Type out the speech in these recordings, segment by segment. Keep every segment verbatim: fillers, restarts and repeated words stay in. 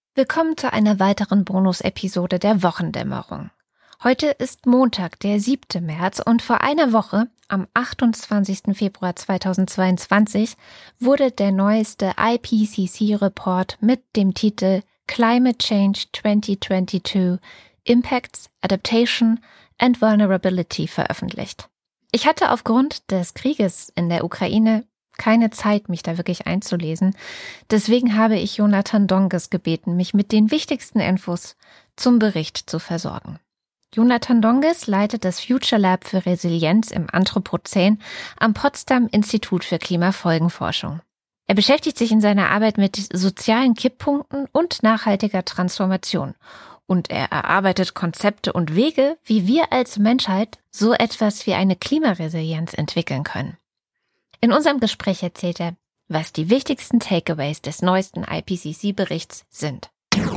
Willkommen zu einer weiteren Bonus-Episode der Wochendämmerung. Heute ist Montag, der siebte März, und vor einer Woche, am achtundzwanzigsten Februar zweitausendzweiundzwanzig, wurde der neueste I P C C-Report mit dem Titel Climate Change zwanzig zweiundzwanzig – Impacts, Adaptation and Vulnerability veröffentlicht. Ich hatte aufgrund des Krieges in der Ukraine keine Zeit, mich da wirklich einzulesen. Deswegen habe ich Jonathan Donges gebeten, mich mit den wichtigsten Infos zum Bericht zu versorgen. Jonathan Donges leitet das Future Lab für Resilienz im Anthropozän am Potsdam Institut für Klimafolgenforschung. Er beschäftigt sich in seiner Arbeit mit sozialen Kipppunkten und nachhaltiger Transformation. Und er erarbeitet Konzepte und Wege, wie wir als Menschheit so etwas wie eine Klimaresilienz entwickeln können. In unserem Gespräch erzählt er, was die wichtigsten Takeaways des neuesten I P C C-Berichts sind.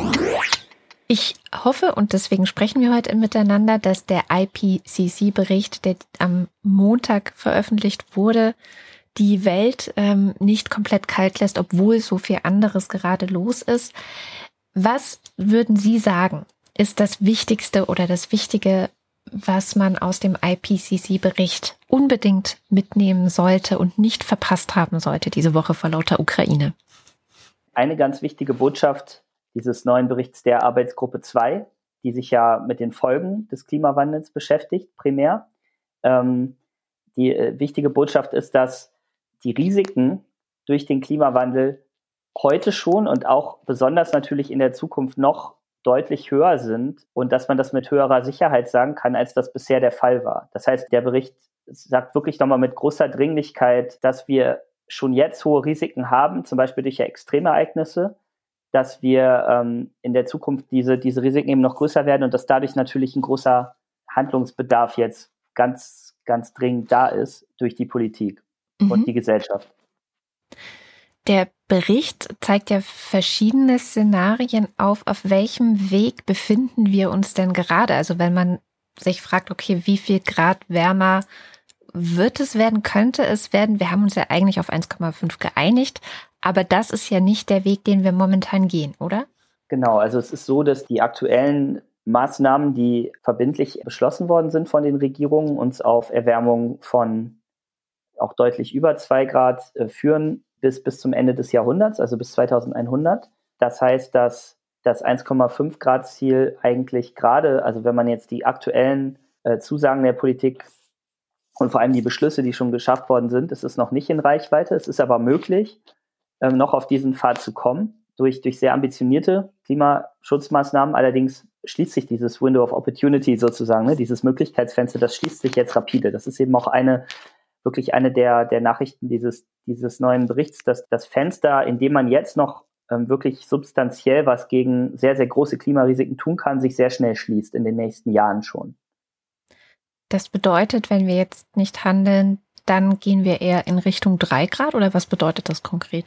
Ich hoffe, und deswegen sprechen wir heute miteinander, dass der I P C C-Bericht, der am Montag veröffentlicht wurde, die Welt ähm, nicht komplett kalt lässt, obwohl so viel anderes gerade los ist. Was würden Sie sagen, ist das Wichtigste oder das Wichtige, was man aus dem I P C C-Bericht unbedingt mitnehmen sollte und nicht verpasst haben sollte diese Woche vor lauter Ukraine? Eine ganz wichtige Botschaft dieses neuen Berichts der Arbeitsgruppe zwei, die sich ja mit den Folgen des Klimawandels beschäftigt, primär. Ähm, die äh, wichtige Botschaft ist, dass die Risiken durch den Klimawandel heute schon und auch besonders natürlich in der Zukunft noch deutlich höher sind und dass man das mit höherer Sicherheit sagen kann, als das bisher der Fall war. Das heißt, der Bericht sagt wirklich nochmal mit großer Dringlichkeit, dass wir schon jetzt hohe Risiken haben, zum Beispiel durch Extremereignisse, dass wir ähm, in der Zukunft diese, diese Risiken eben noch größer werden und dass dadurch natürlich ein großer Handlungsbedarf jetzt ganz, ganz dringend da ist durch die Politik mhm. und die Gesellschaft. Der Bericht zeigt ja verschiedene Szenarien auf. Auf welchem Weg befinden wir uns denn gerade? Also wenn man sich fragt, okay, wie viel Grad wärmer wird es werden, könnte es werden? Wir haben uns ja eigentlich auf eins Komma fünf geeinigt, aber das ist ja nicht der Weg, den wir momentan gehen, oder? Genau, also es ist so, dass die aktuellen Maßnahmen, die verbindlich beschlossen worden sind von den Regierungen, uns auf Erwärmung von auch deutlich über zwei Grad äh, führen, bis, bis zum Ende des Jahrhunderts, also bis zweitausendeinhundert. Das heißt, dass das eins Komma fünf Grad Ziel eigentlich gerade, also wenn man jetzt die aktuellen äh, Zusagen der Politik und vor allem die Beschlüsse, die schon geschafft worden sind, es ist noch nicht in Reichweite, es ist aber möglich, ähm, noch auf diesen Pfad zu kommen, durch, durch sehr ambitionierte Klimaschutzmaßnahmen. Allerdings schließt sich dieses Window of Opportunity sozusagen, ne, dieses Möglichkeitsfenster, das schließt sich jetzt rapide. Das ist eben auch eine wirklich eine der, der Nachrichten dieses, dieses neuen Berichts, dass das Fenster, in dem man jetzt noch ähm, wirklich substanziell was gegen sehr, sehr große Klimarisiken tun kann, sich sehr schnell schließt, in den nächsten Jahren schon. Das bedeutet, wenn wir jetzt nicht handeln, dann gehen wir eher in Richtung drei Grad, oder was bedeutet das konkret?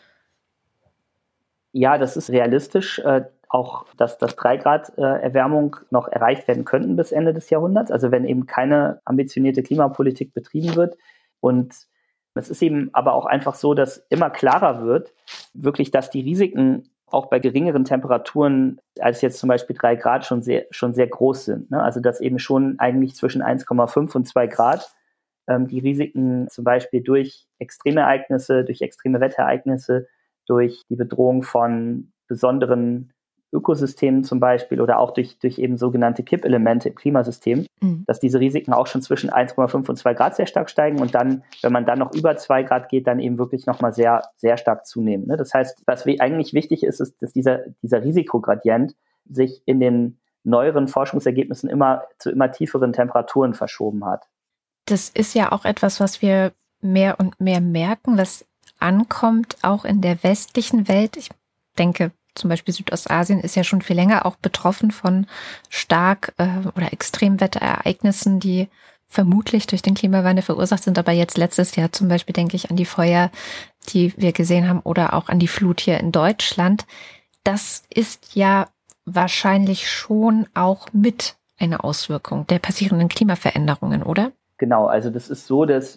Ja, das ist realistisch, äh, auch dass das drei Grad äh, Erwärmung noch erreicht werden könnten bis Ende des Jahrhunderts, also wenn eben keine ambitionierte Klimapolitik betrieben wird. Und es ist eben aber auch einfach so, dass immer klarer wird, wirklich, dass die Risiken auch bei geringeren Temperaturen als jetzt zum Beispiel drei Grad schon sehr, schon sehr groß sind. Ne? Also dass eben schon eigentlich zwischen eins Komma fünf und zwei Grad ähm, die Risiken zum Beispiel durch Extremereignisse, durch extreme Wetterereignisse, durch die Bedrohung von besonderen Ökosystemen zum Beispiel oder auch durch, durch eben sogenannte Kippelemente im Klimasystem, mhm. dass diese Risiken auch schon zwischen eins Komma fünf und zwei Grad sehr stark steigen und dann, wenn man dann noch über zwei Grad geht, dann eben wirklich nochmal sehr, sehr stark zunehmen. Ne? Das heißt, was eigentlich wichtig ist, ist, dass dieser, dieser Risikogradient sich in den neueren Forschungsergebnissen immer zu immer tieferen Temperaturen verschoben hat. Das ist ja auch etwas, was wir mehr und mehr merken, was ankommt, auch in der westlichen Welt. Ich denke, zum Beispiel Südostasien ist ja schon viel länger auch betroffen von stark äh, oder Extremwetterereignissen, die vermutlich durch den Klimawandel verursacht sind. Aber jetzt letztes Jahr zum Beispiel denke ich an die Feuer, die wir gesehen haben, oder auch an die Flut hier in Deutschland. Das ist ja wahrscheinlich schon auch mit einer Auswirkung der passierenden Klimaveränderungen, oder? Genau, also das ist so, dass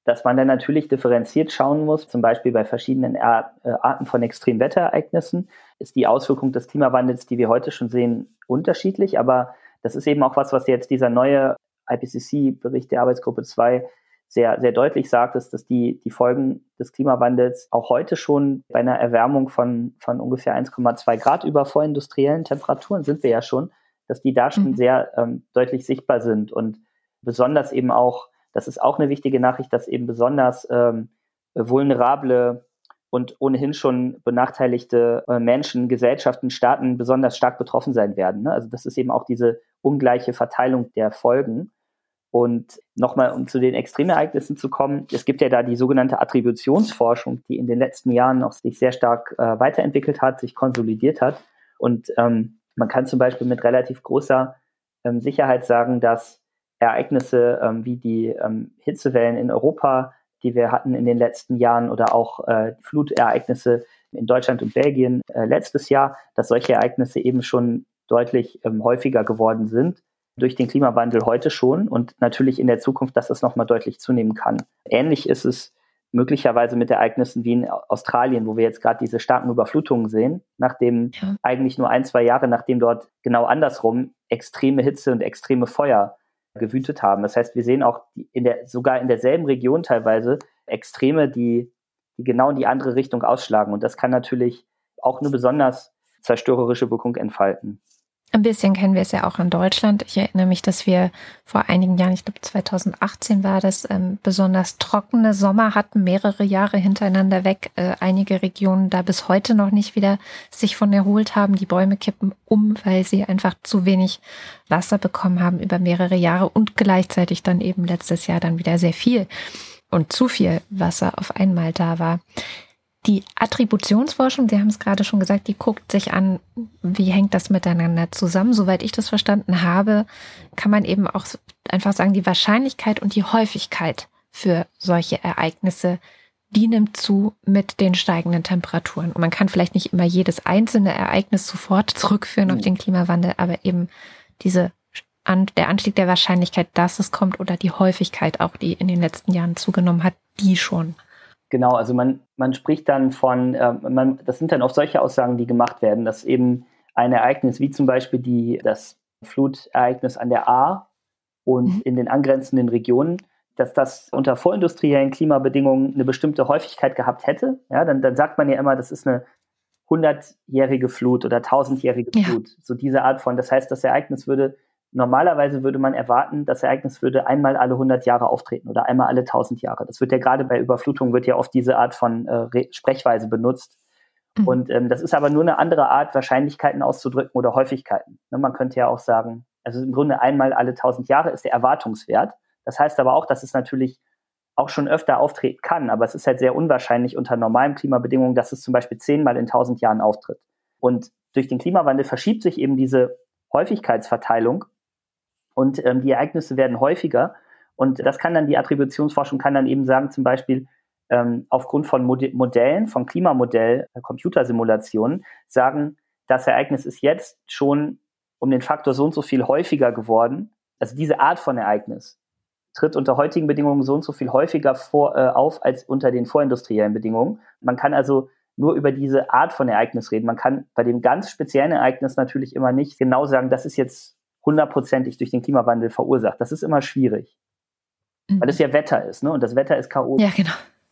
dass man dann natürlich differenziert schauen muss, zum Beispiel bei verschiedenen Arten von Extremwetterereignissen ist die Auswirkung des Klimawandels, die wir heute schon sehen, unterschiedlich. Aber das ist eben auch was, was jetzt dieser neue I P C C-Bericht der Arbeitsgruppe zwei sehr, sehr deutlich sagt, ist, dass die, die Folgen des Klimawandels auch heute schon bei einer Erwärmung von, von ungefähr eins Komma zwei Grad über vorindustriellen Temperaturen sind wir ja schon, dass die da schon mhm. sehr ähm, deutlich sichtbar sind. Und besonders eben auch, das ist auch eine wichtige Nachricht, dass eben besonders ähm, vulnerable und ohnehin schon benachteiligte äh, Menschen, Gesellschaften, Staaten besonders stark betroffen sein werden. Ne? Also das ist eben auch diese ungleiche Verteilung der Folgen. Und nochmal, um zu den Extremereignissen zu kommen, es gibt ja da die sogenannte Attributionsforschung, die in den letzten Jahren noch sich sehr stark äh, weiterentwickelt hat, sich konsolidiert hat. Und ähm, man kann zum Beispiel mit relativ großer ähm, Sicherheit sagen, dass Ereignisse ähm, wie die ähm, Hitzewellen in Europa, die wir hatten in den letzten Jahren, oder auch äh, Flutereignisse in Deutschland und Belgien äh, letztes Jahr, dass solche Ereignisse eben schon deutlich ähm, häufiger geworden sind. Durch den Klimawandel heute schon und natürlich in der Zukunft, dass das nochmal deutlich zunehmen kann. Ähnlich ist es möglicherweise mit Ereignissen wie in Australien, wo wir jetzt gerade diese starken Überflutungen sehen, nachdem ja. eigentlich nur ein, zwei Jahre, nachdem dort genau andersrum extreme Hitze und extreme Feuer gewütet haben. Das heißt, wir sehen auch in der, sogar in derselben Region teilweise Extreme, die, die genau in die andere Richtung ausschlagen. Und das kann natürlich auch eine besonders zerstörerische Wirkung entfalten. Ein bisschen kennen wir es ja auch in Deutschland. Ich erinnere mich, dass wir vor einigen Jahren, ich glaube zweitausendachtzehn war das, ähm, besonders trockene Sommer hatten, mehrere Jahre hintereinander weg. Äh, einige Regionen da bis heute noch nicht wieder sich von erholt haben. Die Bäume kippen um, weil sie einfach zu wenig Wasser bekommen haben über mehrere Jahre und gleichzeitig dann eben letztes Jahr dann wieder sehr viel und zu viel Wasser auf einmal da war. Die Attributionsforschung, Sie haben es gerade schon gesagt, die guckt sich an, wie hängt das miteinander zusammen. Soweit ich das verstanden habe, kann man eben auch einfach sagen, die Wahrscheinlichkeit und die Häufigkeit für solche Ereignisse, die nimmt zu mit den steigenden Temperaturen. Und man kann vielleicht nicht immer jedes einzelne Ereignis sofort zurückführen auf den Klimawandel, aber eben diese an, der Anstieg der Wahrscheinlichkeit, dass es kommt, oder die Häufigkeit auch, die in den letzten Jahren zugenommen hat, die schon. Genau, also man, man spricht dann von, äh, man, das sind dann oft solche Aussagen, die gemacht werden, dass eben ein Ereignis wie zum Beispiel die, das Flutereignis an der Ahr und mhm. in den angrenzenden Regionen, dass das unter vorindustriellen Klimabedingungen eine bestimmte Häufigkeit gehabt hätte. Ja, dann, dann sagt man ja immer, das ist eine hundertjährige Flut oder tausendjährige Flut. Ja. So diese Art von, das heißt, das Ereignis würde, normalerweise würde man erwarten, das Ereignis würde einmal alle hundert Jahre auftreten oder einmal alle tausend Jahre. Das wird ja gerade bei Überflutungen wird ja oft diese Art von äh, Sprechweise benutzt. Mhm. Und ähm, das ist aber nur eine andere Art, Wahrscheinlichkeiten auszudrücken oder Häufigkeiten. Ne, man könnte ja auch sagen, also im Grunde einmal alle tausend Jahre ist der Erwartungswert. Das heißt aber auch, dass es natürlich auch schon öfter auftreten kann, aber es ist halt sehr unwahrscheinlich unter normalen Klimabedingungen, dass es zum Beispiel zehnmal in tausend Jahren auftritt. Und durch den Klimawandel verschiebt sich eben diese Häufigkeitsverteilung und ähm, die Ereignisse werden häufiger. Und das kann dann, die Attributionsforschung kann dann eben sagen, zum Beispiel ähm, aufgrund von Mod- Modellen, von Klimamodell, äh, Computersimulationen, sagen, das Ereignis ist jetzt schon um den Faktor so und so viel häufiger geworden. Also diese Art von Ereignis tritt unter heutigen Bedingungen so und so viel häufiger vor, äh, auf als unter den vorindustriellen Bedingungen. Man kann also nur über diese Art von Ereignis reden. Man kann bei dem ganz speziellen Ereignis natürlich immer nicht genau sagen, das ist jetzt hundertprozentig durch den Klimawandel verursacht. Das ist immer schwierig, mhm. weil es ja Wetter ist, ne? Und das Wetter ist chaotisch. Ja, genau.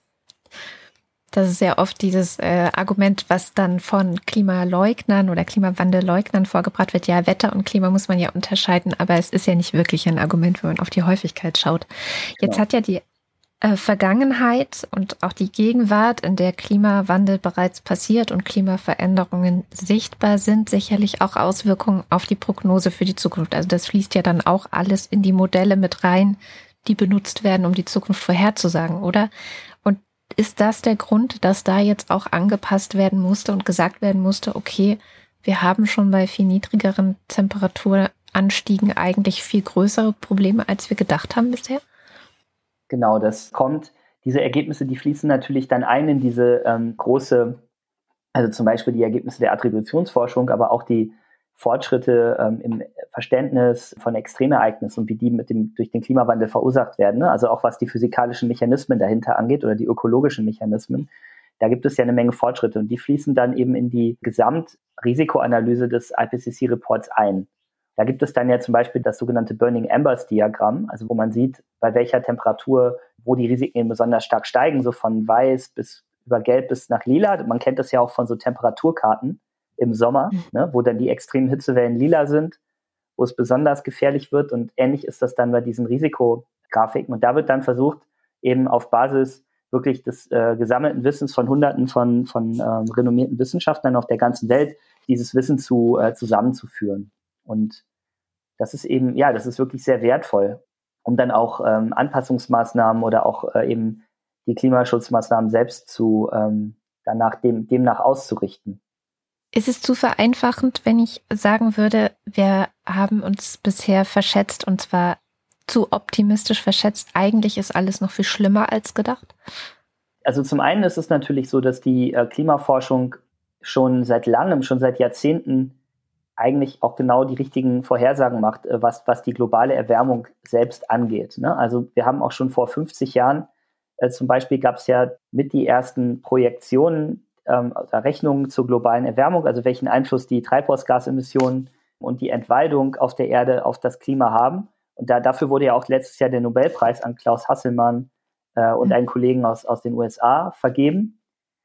Das ist ja oft dieses äh, Argument, was dann von Klimaleugnern oder Klimawandelleugnern vorgebracht wird. Ja, Wetter und Klima muss man ja unterscheiden, aber es ist ja nicht wirklich ein Argument, wenn man auf die Häufigkeit schaut. Jetzt genau. hat ja die äh, Vergangenheit und auch die Gegenwart, in der Klimawandel bereits passiert und Klimaveränderungen sichtbar sind, sicherlich auch Auswirkungen auf die Prognose für die Zukunft. Also das fließt ja dann auch alles in die Modelle mit rein, die benutzt werden, um die Zukunft vorherzusagen, oder? Und ist das der Grund, dass da jetzt auch angepasst werden musste und gesagt werden musste, okay, wir haben schon bei viel niedrigeren Temperaturanstiegen eigentlich viel größere Probleme, als wir gedacht haben bisher? Genau, das kommt, diese Ergebnisse, die fließen natürlich dann ein in diese ähm, große, also zum Beispiel die Ergebnisse der Attributionsforschung, aber auch die, Fortschritte ähm, im Verständnis von Extremereignissen und wie die mit dem, durch den Klimawandel verursacht werden. Ne? Also auch was die physikalischen Mechanismen dahinter angeht oder die ökologischen Mechanismen. Da gibt es ja eine Menge Fortschritte und die fließen dann eben in die Gesamtrisikoanalyse des I P C C-Reports ein. Da gibt es dann ja zum Beispiel das sogenannte Burning Embers Diagramm, also wo man sieht, bei welcher Temperatur, wo die Risiken eben besonders stark steigen, so von weiß bis über gelb bis nach lila. Man kennt das ja auch von so Temperaturkarten im Sommer, ne, wo dann die extremen Hitzewellen lila sind, wo es besonders gefährlich wird, und ähnlich ist das dann bei diesen Risikografiken. Und da wird dann versucht, eben auf Basis wirklich des äh, gesammelten Wissens von Hunderten von, von ähm, renommierten Wissenschaftlern auf der ganzen Welt dieses Wissen zu, äh, zusammenzuführen. Und das ist eben, ja, das ist wirklich sehr wertvoll, um dann auch ähm, Anpassungsmaßnahmen oder auch äh, eben die Klimaschutzmaßnahmen selbst zu ähm, danach dem, demnach auszurichten. Ist es zu vereinfachend, wenn ich sagen würde, wir haben uns bisher verschätzt, und zwar zu optimistisch verschätzt? Eigentlich ist alles noch viel schlimmer als gedacht? Also zum einen ist es natürlich so, dass die äh, Klimaforschung schon seit langem, schon seit Jahrzehnten eigentlich auch genau die richtigen Vorhersagen macht, äh, was, was die globale Erwärmung selbst angeht. Ne? Also wir haben auch schon vor fünfzig Jahren, äh, zum Beispiel gab es ja mit die ersten Projektionen, Ähm, Rechnungen zur globalen Erwärmung, also welchen Einfluss die Treibhausgasemissionen und die Entwaldung auf der Erde auf das Klima haben. Und da, dafür wurde ja auch letztes Jahr der Nobelpreis an Klaus Hasselmann äh, und mhm. einen Kollegen aus, aus den U S A vergeben.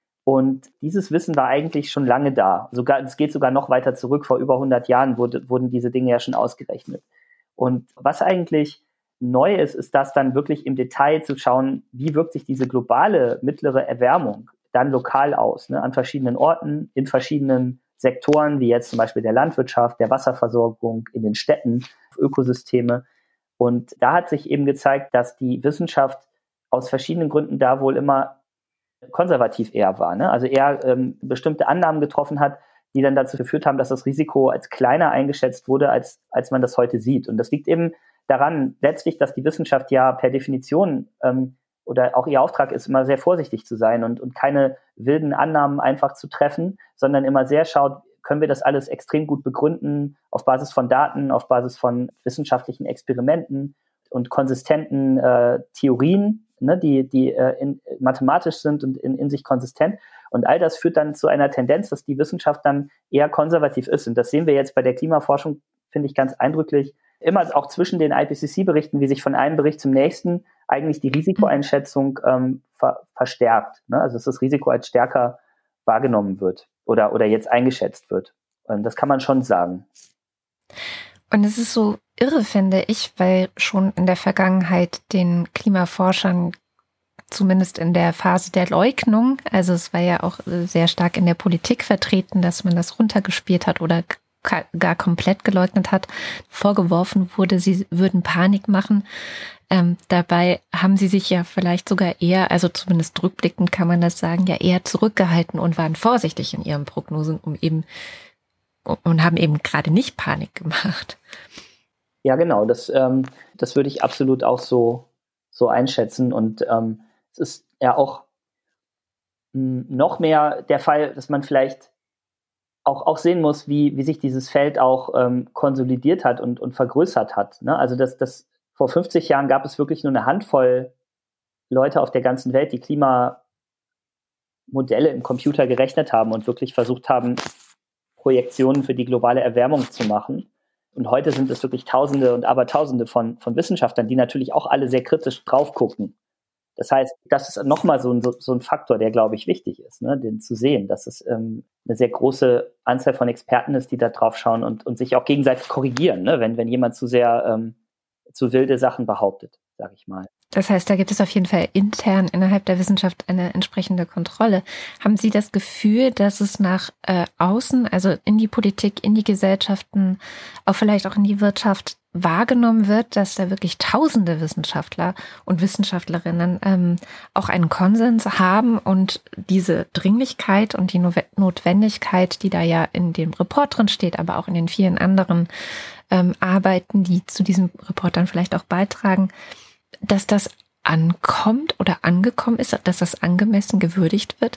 Und dieses Wissen war eigentlich schon lange da. Sogar, es geht sogar noch weiter zurück. Vor über hundert Jahren wurde, wurden diese Dinge ja schon ausgerechnet. Und was eigentlich neu ist, ist das dann wirklich im Detail zu schauen, wie wirkt sich diese globale mittlere Erwärmung dann lokal aus, ne, an verschiedenen Orten, in verschiedenen Sektoren, wie jetzt zum Beispiel der Landwirtschaft, der Wasserversorgung, in den Städten, Ökosysteme. Und da hat sich eben gezeigt, dass die Wissenschaft aus verschiedenen Gründen da wohl immer konservativ eher war, ne? Also eher ähm, bestimmte Annahmen getroffen hat, die dann dazu geführt haben, dass das Risiko als kleiner eingeschätzt wurde, als, als man das heute sieht. Und das liegt eben daran letztlich, dass die Wissenschaft ja per Definition ähm, oder auch ihr Auftrag ist, immer sehr vorsichtig zu sein und, und keine wilden Annahmen einfach zu treffen, sondern immer sehr schaut, können wir das alles extrem gut begründen auf Basis von Daten, auf Basis von wissenschaftlichen Experimenten und konsistenten äh, Theorien, ne, die, die äh, in, mathematisch sind und in, in sich konsistent. Und all das führt dann zu einer Tendenz, dass die Wissenschaft dann eher konservativ ist. Und das sehen wir jetzt bei der Klimaforschung, finde ich, ganz eindrücklich. Immer auch zwischen den I P C C-Berichten, wie sich von einem Bericht zum nächsten eigentlich die Risikoeinschätzung ähm, ver- verstärkt. Ne? Also dass das Risiko als stärker wahrgenommen wird oder, oder jetzt eingeschätzt wird. Und das kann man schon sagen. Und es ist so irre, finde ich, weil schon in der Vergangenheit den Klimaforschern, zumindest in der Phase der Leugnung, also es war ja auch sehr stark in der Politik vertreten, dass man das runtergespielt hat oder gar komplett geleugnet hat, vorgeworfen wurde, sie würden Panik machen. Ähm, dabei haben sie sich ja vielleicht sogar eher, also zumindest rückblickend kann man das sagen, ja eher zurückgehalten und waren vorsichtig in ihren Prognosen, um eben und haben eben gerade nicht Panik gemacht. Ja, genau, das, ähm, das würde ich absolut auch so, so einschätzen. Und ähm, es ist ja auch mh, noch mehr der Fall, dass man vielleicht Auch, auch sehen muss, wie, wie sich dieses Feld auch ähm, konsolidiert hat und, und vergrößert hat. Ne? Also das, das, vor fünfzig Jahren gab es wirklich nur eine Handvoll Leute auf der ganzen Welt, die Klimamodelle im Computer gerechnet haben und wirklich versucht haben, Projektionen für die globale Erwärmung zu machen. Und heute sind es wirklich Tausende und Abertausende von, von Wissenschaftlern, die natürlich auch alle sehr kritisch drauf gucken. Das heißt, das ist nochmal so ein, so, so ein Faktor, der, glaube ich, wichtig ist, ne? Den zu sehen, dass es ähm, eine sehr große Anzahl von Experten ist, die da drauf schauen und, und sich auch gegenseitig korrigieren, ne? wenn, wenn jemand zu sehr ähm, zu wilde Sachen behauptet, sage ich mal. Das heißt, da gibt es auf jeden Fall intern innerhalb der Wissenschaft eine entsprechende Kontrolle. Haben Sie das Gefühl, dass es nach äh, außen, also in die Politik, in die Gesellschaften, auch vielleicht auch in die Wirtschaft wahrgenommen wird, dass da wirklich tausende Wissenschaftler und Wissenschaftlerinnen ähm, auch einen Konsens haben und diese Dringlichkeit und die Notwendigkeit, die da ja in dem Report drin steht, aber auch in den vielen anderen ähm, Arbeiten, die zu diesem Report dann vielleicht auch beitragen, dass das ankommt oder angekommen ist, dass das angemessen gewürdigt wird?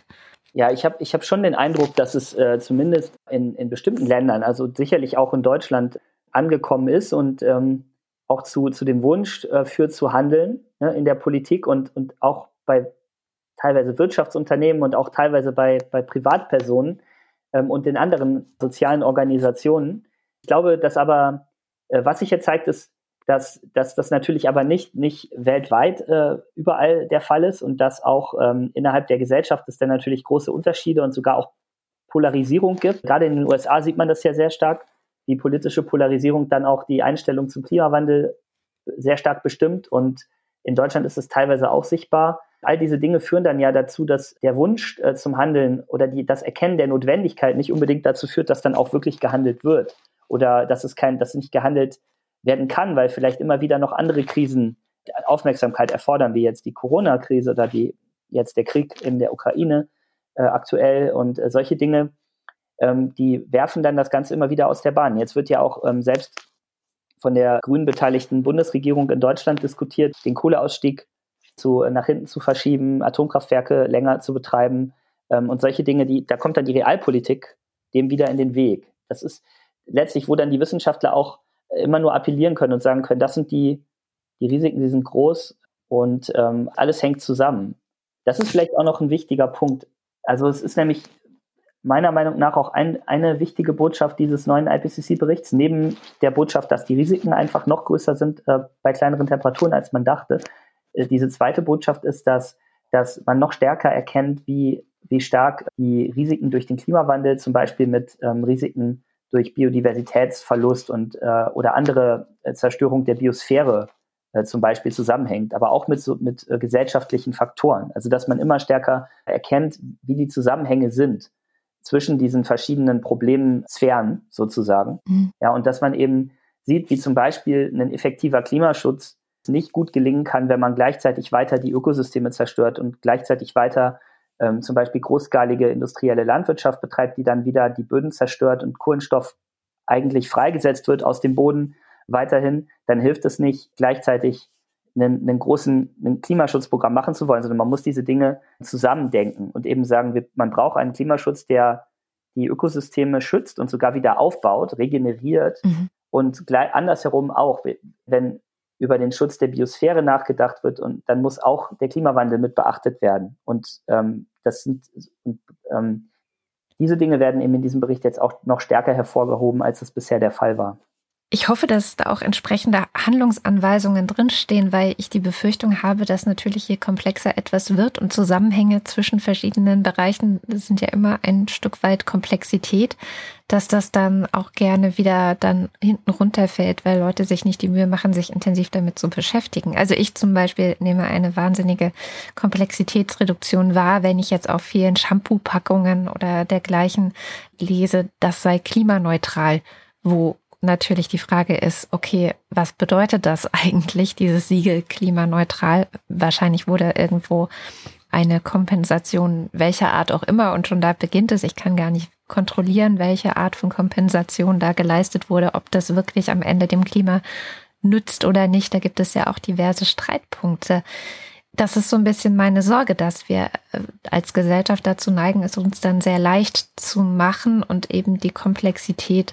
Ja, ich habe ich hab schon den Eindruck, dass es äh, zumindest in, in bestimmten Ländern, also sicherlich auch in Deutschland, angekommen ist und ähm, auch zu, zu dem Wunsch äh, führt zu handeln, ne, in der Politik und, und auch bei teilweise Wirtschaftsunternehmen und auch teilweise bei, bei Privatpersonen ähm, und den anderen sozialen Organisationen. Ich glaube, dass aber, äh, was sich jetzt zeigt, ist, dass, dass das natürlich aber nicht, nicht weltweit äh, überall der Fall ist und dass auch ähm, innerhalb der Gesellschaft es dann natürlich große Unterschiede und sogar auch Polarisierung gibt. Gerade in den U S A sieht man das ja sehr stark, wie politische Polarisierung dann auch die Einstellung zum Klimawandel sehr stark bestimmt. Und in Deutschland ist es teilweise auch sichtbar. All diese Dinge führen dann ja dazu, dass der Wunsch äh, zum Handeln oder die, das Erkennen der Notwendigkeit nicht unbedingt dazu führt, dass dann auch wirklich gehandelt wird oder dass es kein, dass nicht gehandelt werden kann, weil vielleicht immer wieder noch andere Krisen Aufmerksamkeit erfordern, wie jetzt die Corona-Krise oder die, jetzt der Krieg in der Ukraine äh, aktuell und äh, solche Dinge, ähm, die werfen dann das Ganze immer wieder aus der Bahn. Jetzt wird ja auch ähm, selbst von der grün beteiligten Bundesregierung in Deutschland diskutiert, den Kohleausstieg zu, nach hinten zu verschieben, Atomkraftwerke länger zu betreiben ähm, und solche Dinge, die, da kommt dann die Realpolitik dem wieder in den Weg. Das ist letztlich, wo dann die Wissenschaftler auch immer nur appellieren können und sagen können, das sind die, die Risiken, die sind groß und ähm, alles hängt zusammen. Das ist vielleicht auch noch ein wichtiger Punkt. Also es ist nämlich meiner Meinung nach auch ein, eine wichtige Botschaft dieses neuen I P C C-Berichts, neben der Botschaft, dass die Risiken einfach noch größer sind äh, bei kleineren Temperaturen, als man dachte. Äh, diese zweite Botschaft ist, dass, dass man noch stärker erkennt, wie, wie stark die Risiken durch den Klimawandel, zum Beispiel mit ähm, Risiken durch Biodiversitätsverlust und äh, oder andere äh, Zerstörung der Biosphäre äh, zum Beispiel zusammenhängt, aber auch mit, so, mit äh, gesellschaftlichen Faktoren. Also dass man immer stärker erkennt, wie die Zusammenhänge sind zwischen diesen verschiedenen Problemsphären sozusagen. Mhm. Ja, und dass man eben sieht, wie zum Beispiel ein effektiver Klimaschutz nicht gut gelingen kann, wenn man gleichzeitig weiter die Ökosysteme zerstört und gleichzeitig weiter ähm, zum Beispiel großskalige industrielle Landwirtschaft betreibt, die dann wieder die Böden zerstört und Kohlenstoff eigentlich freigesetzt wird aus dem Boden weiterhin, dann hilft es nicht, gleichzeitig einen, einen großen einen Klimaschutzprogramm machen zu wollen, sondern man muss diese Dinge zusammendenken und eben sagen, wir, man braucht einen Klimaschutz, der die Ökosysteme schützt und sogar wieder aufbaut, regeneriert mhm. und gleich andersherum auch, wenn über den Schutz der Biosphäre nachgedacht wird und dann muss auch der Klimawandel mit beachtet werden. Und ähm, das sind und, ähm, diese Dinge werden eben in diesem Bericht jetzt auch noch stärker hervorgehoben, als es bisher der Fall war. Ich hoffe, dass da auch entsprechende Handlungsanweisungen drinstehen, weil ich die Befürchtung habe, dass natürlich je komplexer etwas wird und Zusammenhänge zwischen verschiedenen Bereichen, das sind ja immer ein Stück weit Komplexität, dass das dann auch gerne wieder dann hinten runterfällt, weil Leute sich nicht die Mühe machen, sich intensiv damit zu beschäftigen. Also ich zum Beispiel nehme eine wahnsinnige Komplexitätsreduktion wahr, wenn ich jetzt auf vielen Shampoo-Packungen oder dergleichen lese, das sei klimaneutral, wo natürlich die Frage ist, okay, was bedeutet das eigentlich, dieses Siegel klimaneutral? Wahrscheinlich wurde irgendwo eine Kompensation welcher Art auch immer und schon da beginnt es. Ich kann gar nicht kontrollieren, welche Art von Kompensation da geleistet wurde, ob das wirklich am Ende dem Klima nützt oder nicht. Da gibt es ja auch diverse Streitpunkte. Das ist so ein bisschen meine Sorge, dass wir als Gesellschaft dazu neigen, es uns dann sehr leicht zu machen und eben die Komplexität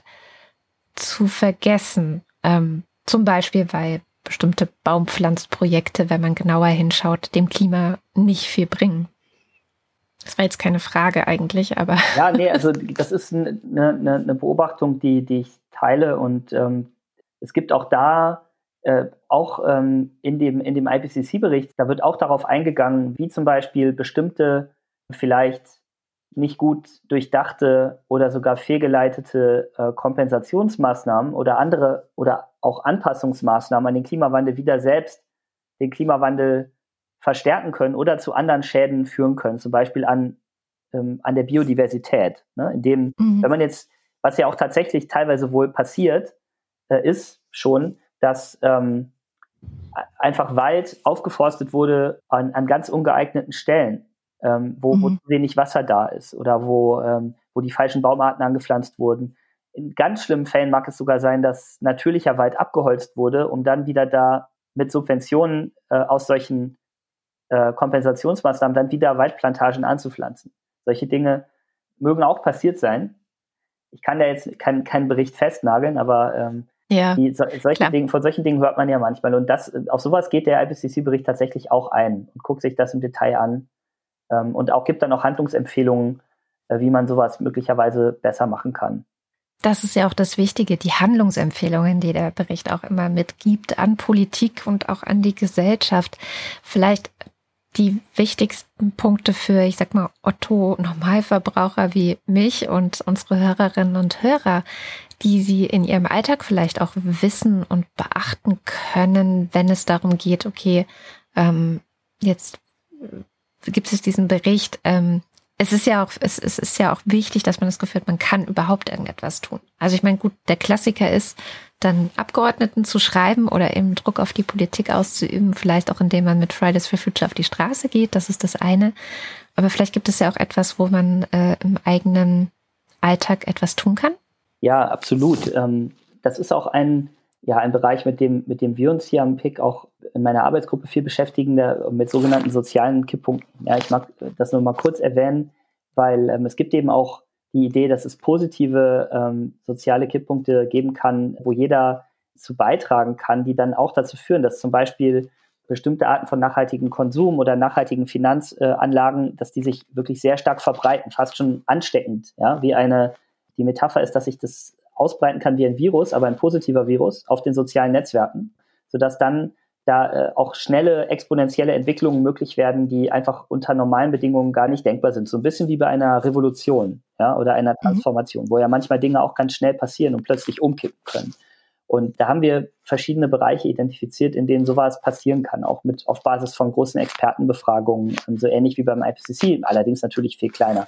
zu vergessen. Ähm, zum Beispiel, weil bestimmte Baumpflanzprojekte, wenn man genauer hinschaut, dem Klima nicht viel bringen. Das war jetzt keine Frage eigentlich, aber... Ja, nee, also das ist eine, eine, eine Beobachtung, die, die ich teile und ähm, es gibt auch da, äh, auch ähm, in dem, in dem I P C C-Bericht, da wird auch darauf eingegangen, wie zum Beispiel bestimmte vielleicht nicht gut durchdachte oder sogar fehlgeleitete äh, Kompensationsmaßnahmen oder andere oder auch Anpassungsmaßnahmen an den Klimawandel wieder selbst den Klimawandel verstärken können oder zu anderen Schäden führen können, zum Beispiel an, ähm, an der Biodiversität. Ne? Indem, mhm. wenn man jetzt, was ja auch tatsächlich teilweise wohl passiert, äh, ist schon, dass ähm, einfach Wald aufgeforstet wurde an, an ganz ungeeigneten Stellen. Ähm, wo, mhm. wo wenig Wasser da ist oder wo, ähm, wo die falschen Baumarten angepflanzt wurden. In ganz schlimmen Fällen mag es sogar sein, dass natürlicher Wald abgeholzt wurde, um dann wieder da mit Subventionen äh, aus solchen äh, Kompensationsmaßnahmen dann wieder Waldplantagen anzupflanzen. Solche Dinge mögen auch passiert sein. Ich kann da jetzt keinen kein Bericht festnageln, aber ähm, ja, die, so, solche Dinge, von solchen Dingen hört man ja manchmal. Und das, auf sowas geht der I P C C-Bericht tatsächlich auch ein und guckt sich das im Detail an ähm, und auch gibt dann auch Handlungsempfehlungen, äh, wie man sowas möglicherweise besser machen kann. Das ist ja auch das Wichtige, die Handlungsempfehlungen, die der Bericht auch immer mitgibt an Politik und auch an die Gesellschaft. Vielleicht die wichtigsten Punkte für, ich sag mal, Otto-Normalverbraucher wie mich und unsere Hörerinnen und Hörer, die Sie in Ihrem Alltag vielleicht auch wissen und beachten können, wenn es darum geht, okay, ähm, jetzt gibt es diesen Bericht. Ähm, es ist ja auch, es, es ist ja auch wichtig, dass man das Gefühl hat, man kann überhaupt irgendetwas tun. Also ich meine, gut, der Klassiker ist, dann Abgeordneten zu schreiben oder eben Druck auf die Politik auszuüben, vielleicht auch indem man mit Fridays for Future auf die Straße geht, das ist das eine. Aber vielleicht gibt es ja auch etwas, wo man äh, im eigenen Alltag etwas tun kann. Ja, absolut. Ähm, das ist auch ein, ja, ein Bereich, mit dem, mit dem wir uns hier am P I C auch in meiner Arbeitsgruppe viel beschäftigen, der, mit sogenannten sozialen Kipppunkten. Ja, ich mag das nur mal kurz erwähnen, weil ähm, es gibt eben auch die Idee, dass es positive ähm, soziale Kipppunkte geben kann, wo jeder zu beitragen kann, die dann auch dazu führen, dass zum Beispiel bestimmte Arten von nachhaltigem Konsum oder nachhaltigen Finanzanlagen, äh, dass die sich wirklich sehr stark verbreiten, fast schon ansteckend, ja, wie eine, die Metapher ist, dass sich das ausbreiten kann wie ein Virus, aber ein positiver Virus auf den sozialen Netzwerken, sodass dann da äh, auch schnelle exponentielle Entwicklungen möglich werden, die einfach unter normalen Bedingungen gar nicht denkbar sind. So ein bisschen wie bei einer Revolution, ja, oder einer Transformation, mhm. wo ja manchmal Dinge auch ganz schnell passieren und plötzlich umkippen können. Und da haben wir verschiedene Bereiche identifiziert, in denen sowas passieren kann, auch mit auf Basis von großen Expertenbefragungen, so ähnlich wie beim I P C C, allerdings natürlich viel kleiner.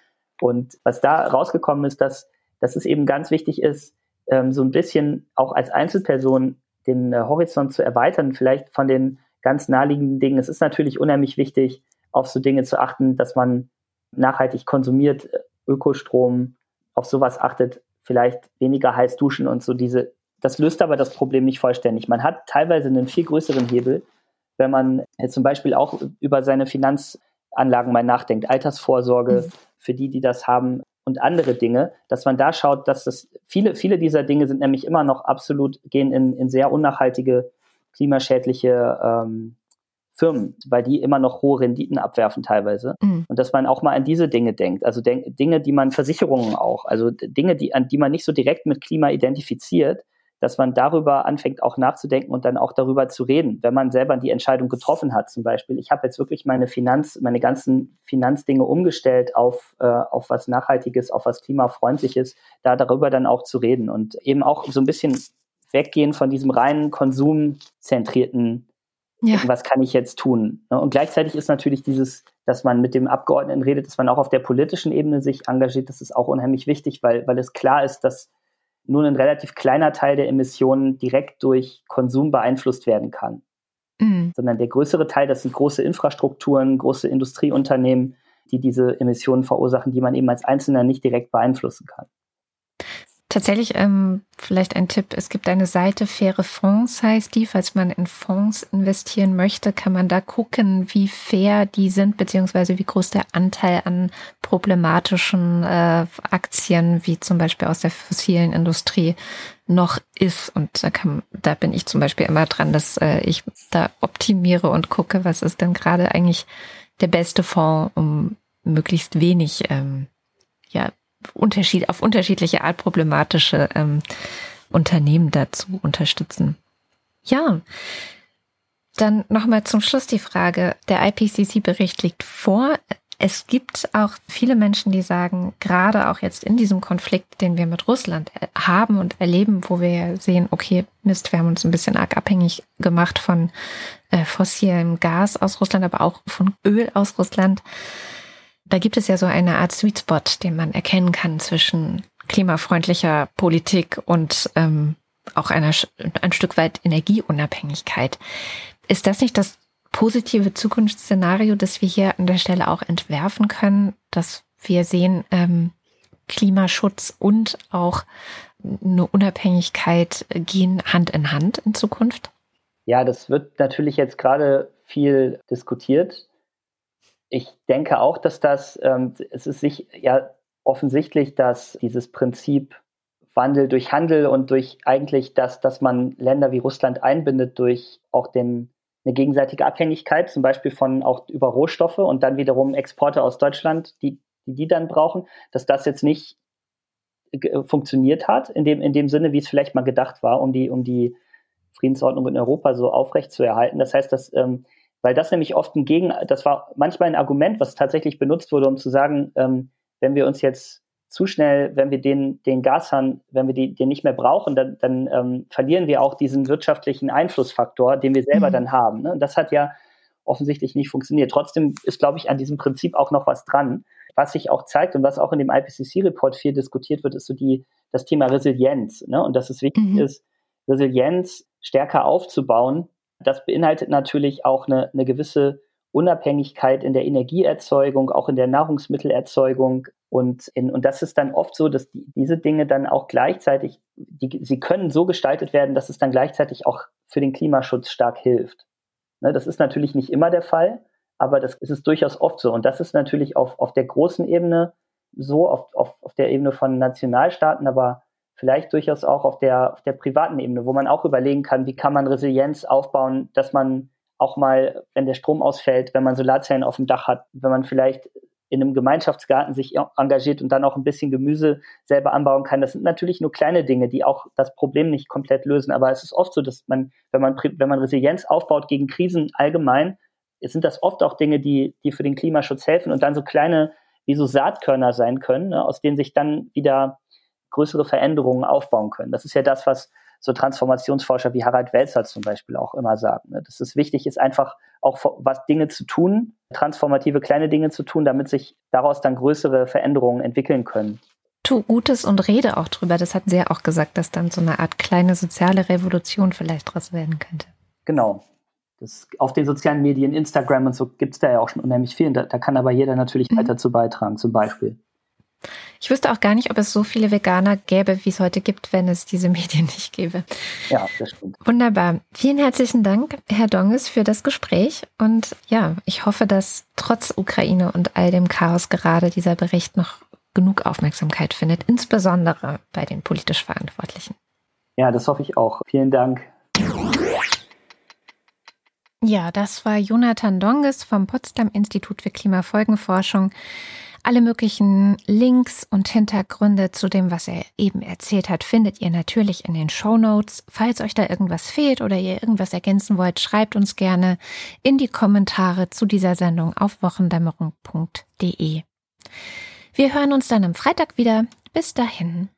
Und was da rausgekommen ist, dass, dass es eben ganz wichtig ist, ähm, so ein bisschen auch als Einzelperson den äh, Horizont zu erweitern, vielleicht von den ganz naheliegenden Dingen. Es ist natürlich unheimlich wichtig, auf so Dinge zu achten, dass man nachhaltig konsumiert, Ökostrom, auf sowas achtet, vielleicht weniger heiß duschen und so diese. Das löst aber das Problem nicht vollständig. Man hat teilweise einen viel größeren Hebel, wenn man jetzt zum Beispiel auch über seine Finanzanlagen mal nachdenkt, Altersvorsorge, mhm. für die, die das haben, und andere Dinge, dass man da schaut, dass das viele, viele dieser Dinge sind nämlich immer noch absolut, gehen in, in sehr unnachhaltige, klimaschädliche ähm, Firmen, weil die immer noch hohe Renditen abwerfen teilweise. Mhm. Und dass man auch mal an diese Dinge denkt. Also denk, Dinge, die man, Versicherungen auch, also Dinge, die, an die man nicht so direkt mit Klima identifiziert, dass man darüber anfängt auch nachzudenken und dann auch darüber zu reden, wenn man selber die Entscheidung getroffen hat. Zum Beispiel, ich habe jetzt wirklich meine Finanz, meine ganzen Finanzdinge umgestellt auf, äh, auf was Nachhaltiges, auf was Klimafreundliches, da darüber dann auch zu reden und eben auch so ein bisschen weggehen von diesem reinen konsumzentrierten, ja. Was kann ich jetzt tun? Und gleichzeitig ist natürlich dieses, dass man mit dem Abgeordneten redet, dass man auch auf der politischen Ebene sich engagiert, das ist auch unheimlich wichtig, weil, weil es klar ist, dass nur ein relativ kleiner Teil der Emissionen direkt durch Konsum beeinflusst werden kann. Mhm. Sondern der größere Teil, das sind große Infrastrukturen, große Industrieunternehmen, die diese Emissionen verursachen, die man eben als Einzelner nicht direkt beeinflussen kann. Tatsächlich, ähm, vielleicht ein Tipp, es gibt eine Seite, Faire Fonds heißt die, falls man in Fonds investieren möchte, kann man da gucken, wie fair die sind, beziehungsweise wie groß der Anteil an problematischen äh, Aktien, wie zum Beispiel aus der fossilen Industrie, noch ist. Und da kann, da bin ich zum Beispiel immer dran, dass äh, ich da optimiere und gucke, was ist denn gerade eigentlich der beste Fonds, um möglichst wenig, ähm, ja, Unterschied, auf unterschiedliche Art problematische ähm, Unternehmen dazu unterstützen. Ja, dann nochmal zum Schluss die Frage, der I P C C-Bericht liegt vor. Es gibt auch viele Menschen, die sagen, gerade auch jetzt in diesem Konflikt, den wir mit Russland haben und erleben, wo wir sehen, okay, Mist, wir haben uns ein bisschen arg abhängig gemacht von äh, fossilem Gas aus Russland, aber auch von Öl aus Russland. Da gibt es ja so eine Art Sweet Spot, den man erkennen kann zwischen klimafreundlicher Politik und ähm, auch einer, ein Stück weit Energieunabhängigkeit. Ist das nicht das positive Zukunftsszenario, das wir hier an der Stelle auch entwerfen können, dass wir sehen, ähm, Klimaschutz und auch eine Unabhängigkeit gehen Hand in Hand in Zukunft? Ja, das wird natürlich jetzt gerade viel diskutiert. ich denke auch, dass das, ähm, es ist sich ja offensichtlich, dass dieses Prinzip Wandel durch Handel und durch eigentlich das, dass man Länder wie Russland einbindet durch auch den, eine gegenseitige Abhängigkeit, zum Beispiel von auch über Rohstoffe und dann wiederum Exporte aus Deutschland, die die, die dann brauchen, dass das jetzt nicht g- funktioniert hat, in dem, in dem Sinne, wie es vielleicht mal gedacht war, um die, um die Friedensordnung in Europa so aufrecht zu erhalten. Das heißt, dass, ähm, weil das nämlich oft ein Gegen, das war manchmal ein Argument, was tatsächlich benutzt wurde, um zu sagen, ähm, wenn wir uns jetzt zu schnell, wenn wir den, den Gashahn, wenn wir die, den nicht mehr brauchen, dann, dann ähm, verlieren wir auch diesen wirtschaftlichen Einflussfaktor, den wir selber mhm. dann haben. Ne? Und das hat ja offensichtlich nicht funktioniert. Trotzdem ist, glaube ich, an diesem Prinzip auch noch was dran. Was sich auch zeigt und was auch in dem I P C C-Report viel diskutiert wird, ist so die, das Thema Resilienz. Ne? Und dass es wichtig mhm. ist, Resilienz stärker aufzubauen. Das beinhaltet natürlich auch eine, eine gewisse Unabhängigkeit in der Energieerzeugung, auch in der Nahrungsmittelerzeugung. Und, in, und das ist dann oft so, dass die, diese Dinge dann auch gleichzeitig, die, sie können so gestaltet werden, dass es dann gleichzeitig auch für den Klimaschutz stark hilft. Ne, das ist natürlich nicht immer der Fall, aber das ist es durchaus oft so. Und das ist natürlich auf, auf der großen Ebene so, auf, auf, auf der Ebene von Nationalstaaten, aber vielleicht durchaus auch auf der, auf der privaten Ebene, wo man auch überlegen kann, wie kann man Resilienz aufbauen, dass man auch mal, wenn der Strom ausfällt, wenn man Solarzellen auf dem Dach hat, wenn man vielleicht in einem Gemeinschaftsgarten sich engagiert und dann auch ein bisschen Gemüse selber anbauen kann. Das sind natürlich nur kleine Dinge, die auch das Problem nicht komplett lösen. Aber es ist oft so, dass man, wenn man, wenn man Resilienz aufbaut gegen Krisen allgemein, sind das oft auch Dinge, die, die für den Klimaschutz helfen und dann so kleine, wie so Saatkörner sein können, ne, aus denen sich dann wieder größere Veränderungen aufbauen können. Das ist ja das, was so Transformationsforscher wie Harald Welzer zum Beispiel auch immer sagen. Ne? Dass es wichtig ist, einfach auch was Dinge zu tun, transformative kleine Dinge zu tun, damit sich daraus dann größere Veränderungen entwickeln können. Tu Gutes und rede auch drüber. Das hatten Sie ja auch gesagt, dass dann so eine Art kleine soziale Revolution vielleicht draus werden könnte. Genau. Das, auf den sozialen Medien, Instagram und so gibt es da ja auch schon unheimlich viel. Da, da kann aber jeder natürlich mhm. weiter zu beitragen, zum Beispiel. Ich wüsste auch gar nicht, ob es so viele Veganer gäbe, wie es heute gibt, wenn es diese Medien nicht gäbe. Ja, das stimmt. Wunderbar. Vielen herzlichen Dank, Herr Donges, für das Gespräch. Und ja, ich hoffe, dass trotz Ukraine und all dem Chaos gerade dieser Bericht noch genug Aufmerksamkeit findet, insbesondere bei den politisch Verantwortlichen. Ja, das hoffe ich auch. Vielen Dank. Ja, das war Jonathan Donges vom Potsdam Institut für Klimafolgenforschung. Alle möglichen Links und Hintergründe zu dem, was er eben erzählt hat, findet ihr natürlich in den Shownotes. Falls euch da irgendwas fehlt oder ihr irgendwas ergänzen wollt, schreibt uns gerne in die Kommentare zu dieser Sendung auf wochendämmerung punkt de. Wir hören uns dann am Freitag wieder. Bis dahin.